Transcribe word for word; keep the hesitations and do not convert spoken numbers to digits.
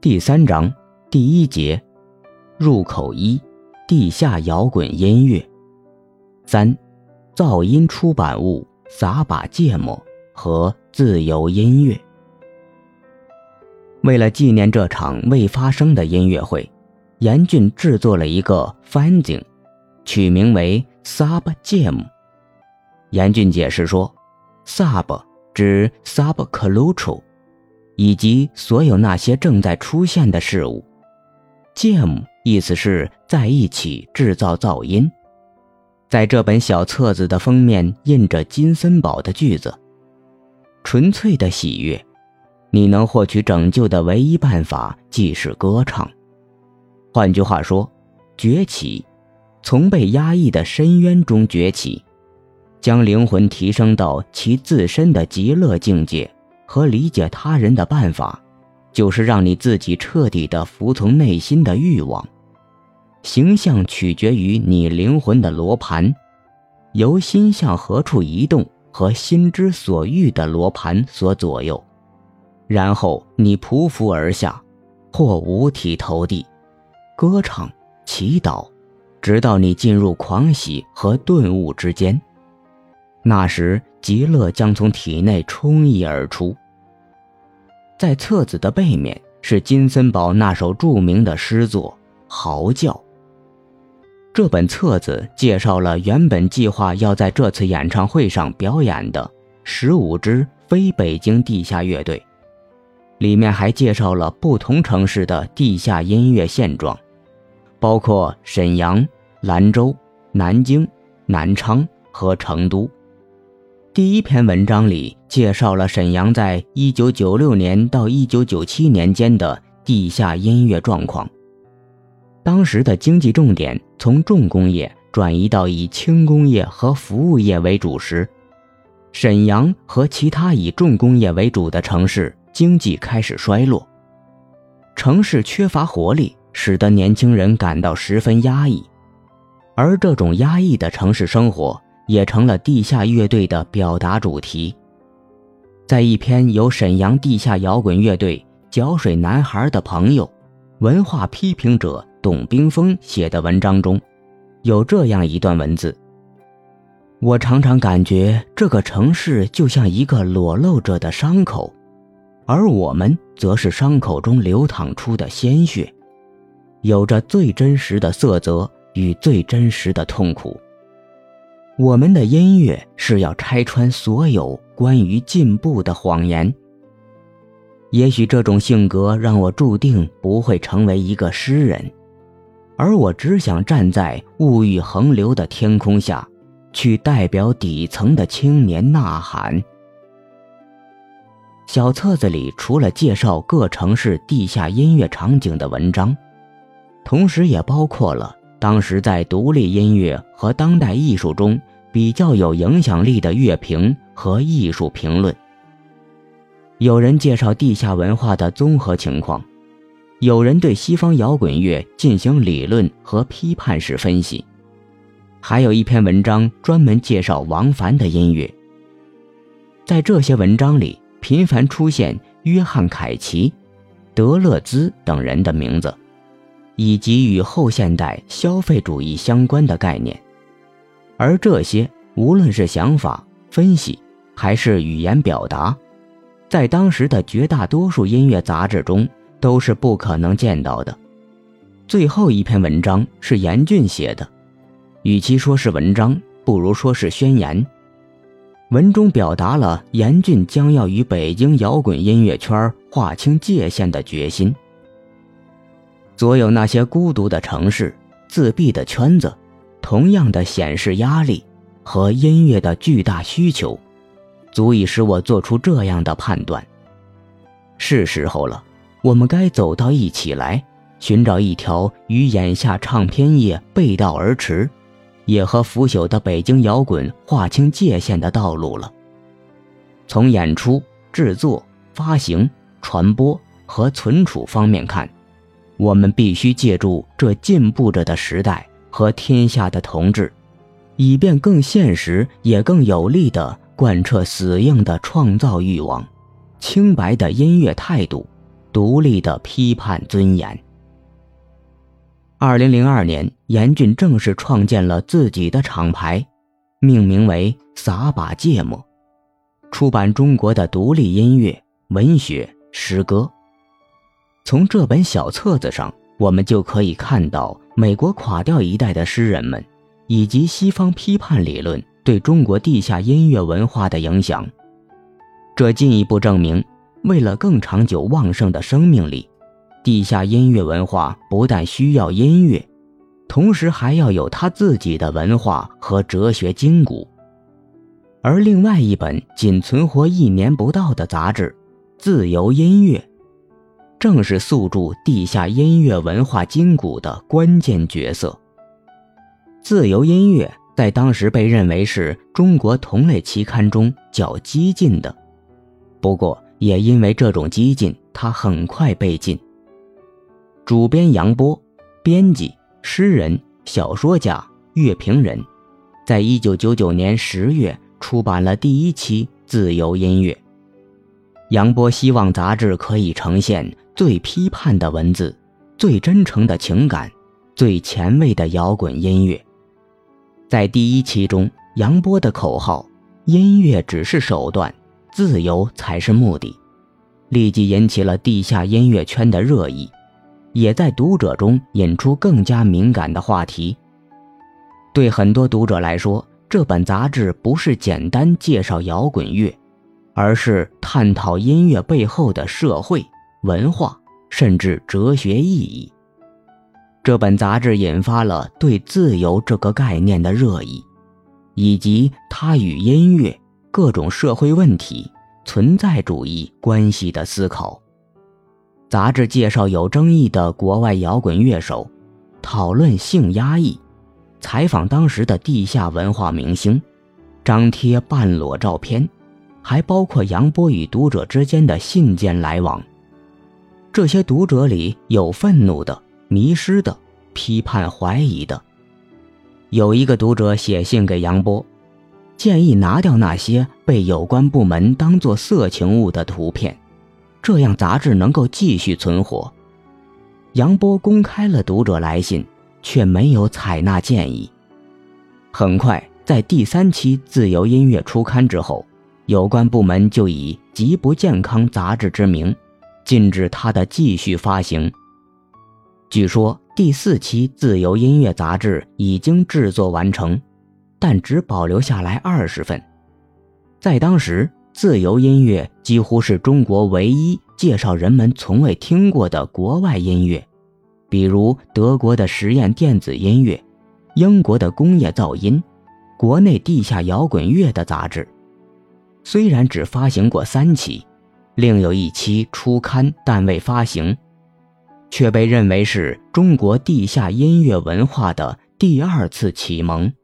第三章第一节，入口一，地下摇滚音乐。三，噪音出版物撒把芥末和自由音乐。为了纪念这场未发生的音乐会，严峻制作了一个翻景，取名为 Sub Jam。 严峻解释说， Sub 指 Subcultural， 以及所有那些正在出现的事物。 Jam 意思是在一起制造噪音。在这本小册子的封面印着金森堡的句子：纯粹的喜悦，你能获取拯救的唯一办法即是歌唱。换句话说，崛起，从被压抑的深渊中崛起，将灵魂提升到其自身的极乐境界和理解他人的办法，就是让你自己彻底地服从内心的欲望。形象取决于你灵魂的罗盘，由心向何处移动和心之所欲的罗盘所左右，然后你匍匐而下，或五体投地，歌唱、祈祷，直到你进入狂喜和顿悟之间。那时极乐将从体内冲溢而出。在册子的背面是金森堡那首著名的诗作《嚎叫》。这本册子介绍了原本计划要在这次演唱会上表演的十五支非北京地下乐队，里面还介绍了不同城市的地下音乐现状，包括沈阳、兰州、南京、南昌和成都。第一篇文章里介绍了沈阳在一九九六年到一九九七年间的地下音乐状况。当时的经济重点从重工业转移到以轻工业和服务业为主时，沈阳和其他以重工业为主的城市经济开始衰落，城市缺乏活力，使得年轻人感到十分压抑，而这种压抑的城市生活也成了地下乐队的表达主题。在一篇由沈阳地下摇滚乐队脚水男孩的朋友、文化批评者董冰峰写的文章中，有这样一段文字：我常常感觉这个城市就像一个裸露着的伤口，而我们则是伤口中流淌出的鲜血，有着最真实的色泽与最真实的痛苦。我们的音乐是要拆穿所有关于进步的谎言。也许这种性格让我注定不会成为一个诗人，而我只想站在物欲横流的天空下，去代表底层的青年呐喊。小册子里除了介绍各城市地下音乐场景的文章，同时也包括了当时在独立音乐和当代艺术中比较有影响力的乐评和艺术评论。有人介绍地下文化的综合情况，有人对西方摇滚乐进行理论和批判式分析，还有一篇文章专门介绍王凡的音乐。在这些文章里频繁出现约翰·凯奇、德勒兹等人的名字，以及与后现代消费主义相关的概念。而这些无论是想法、分析还是语言表达，在当时的绝大多数音乐杂志中都是不可能见到的。最后一篇文章是严峻写的，与其说是文章，不如说是宣言。文中表达了严峻将要与北京摇滚音乐圈划清界限的决心。所有那些孤独的城市、自闭的圈子，同样的显示压力和音乐的巨大需求，足以使我做出这样的判断。是时候了，我们该走到一起来，寻找一条与眼下唱片业背道而驰，也和腐朽的北京摇滚划清界限的道路了。从演出、制作、发行、传播和存储方面看，我们必须借助这进步着的时代和天下的同志，以便更现实也更有力地贯彻死硬的创造欲望、清白的音乐态度独立的批判尊严。二零零二年，严俊正式创建了自己的厂牌，命名为撒把芥末，出版中国的独立音乐、文学、诗歌。从这本小册子上，我们就可以看到美国垮掉一代的诗人们以及西方批判理论对中国地下音乐文化的影响。这进一步证明，为了更长久旺盛的生命力，地下音乐文化不但需要音乐，同时还要有它自己的文化和哲学筋骨。而另外一本仅存活一年不到的杂志《自由音乐》，正是塑铸地下音乐文化筋骨的关键角色。自由音乐在当时被认为是中国同类期刊中较激进的，不过也因为这种激进，它很快被禁。主编杨波，编辑、诗人、小说家、乐评人，在一九九九年十月出版了第一期《自由音乐》。杨波希望杂志可以呈现最批判的文字、最真诚的情感、最前卫的摇滚音乐。在第一期中，杨波的口号“音乐只是手段，自由才是目的”，立即引起了地下音乐圈的热议，也在读者中引出更加敏感的话题。对很多读者来说，这本杂志不是简单介绍摇滚乐，而是探讨音乐背后的社会、文化，甚至哲学意义。这本杂志引发了对自由这个概念的热议，以及它与音乐、各种社会问题、存在主义关系的思考。杂志介绍有争议的国外摇滚乐手，讨论性压抑，采访当时的地下文化明星，张贴半裸照片，还包括杨波与读者之间的信件来往。这些读者里有愤怒的、迷失的、批判怀疑的。有一个读者写信给杨波，建议拿掉那些被有关部门当作色情物的图片，这样杂志能够继续存活。杨波公开了读者来信，却没有采纳建议。很快，在第三期《自由音乐》出刊之后，有关部门就以极不健康杂志之名，禁止它的继续发行。据说第四期《自由音乐》杂志已经制作完成，但只保留下来二十份。在当时，自由音乐几乎是中国唯一介绍人们从未听过的国外音乐，比如德国的实验电子音乐、英国的工业噪音、国内地下摇滚乐的杂志。虽然只发行过三期，另有一期初刊但未发行，却被认为是中国地下音乐文化的第二次启蒙。